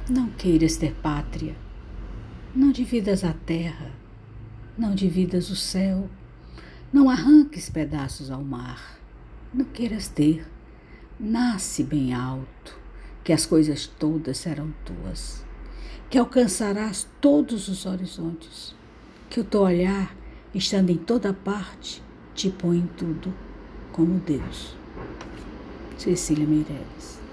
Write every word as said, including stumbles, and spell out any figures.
Não queiras ter pátria, não dividas a terra, não dividas o céu, não arranques pedaços ao mar. Não queiras ter, nasce bem alto, que as coisas todas serão tuas, que alcançarás todos os horizontes, que o teu olhar, estando em toda parte, te põe em tudo como Deus. Cecília Meirelles.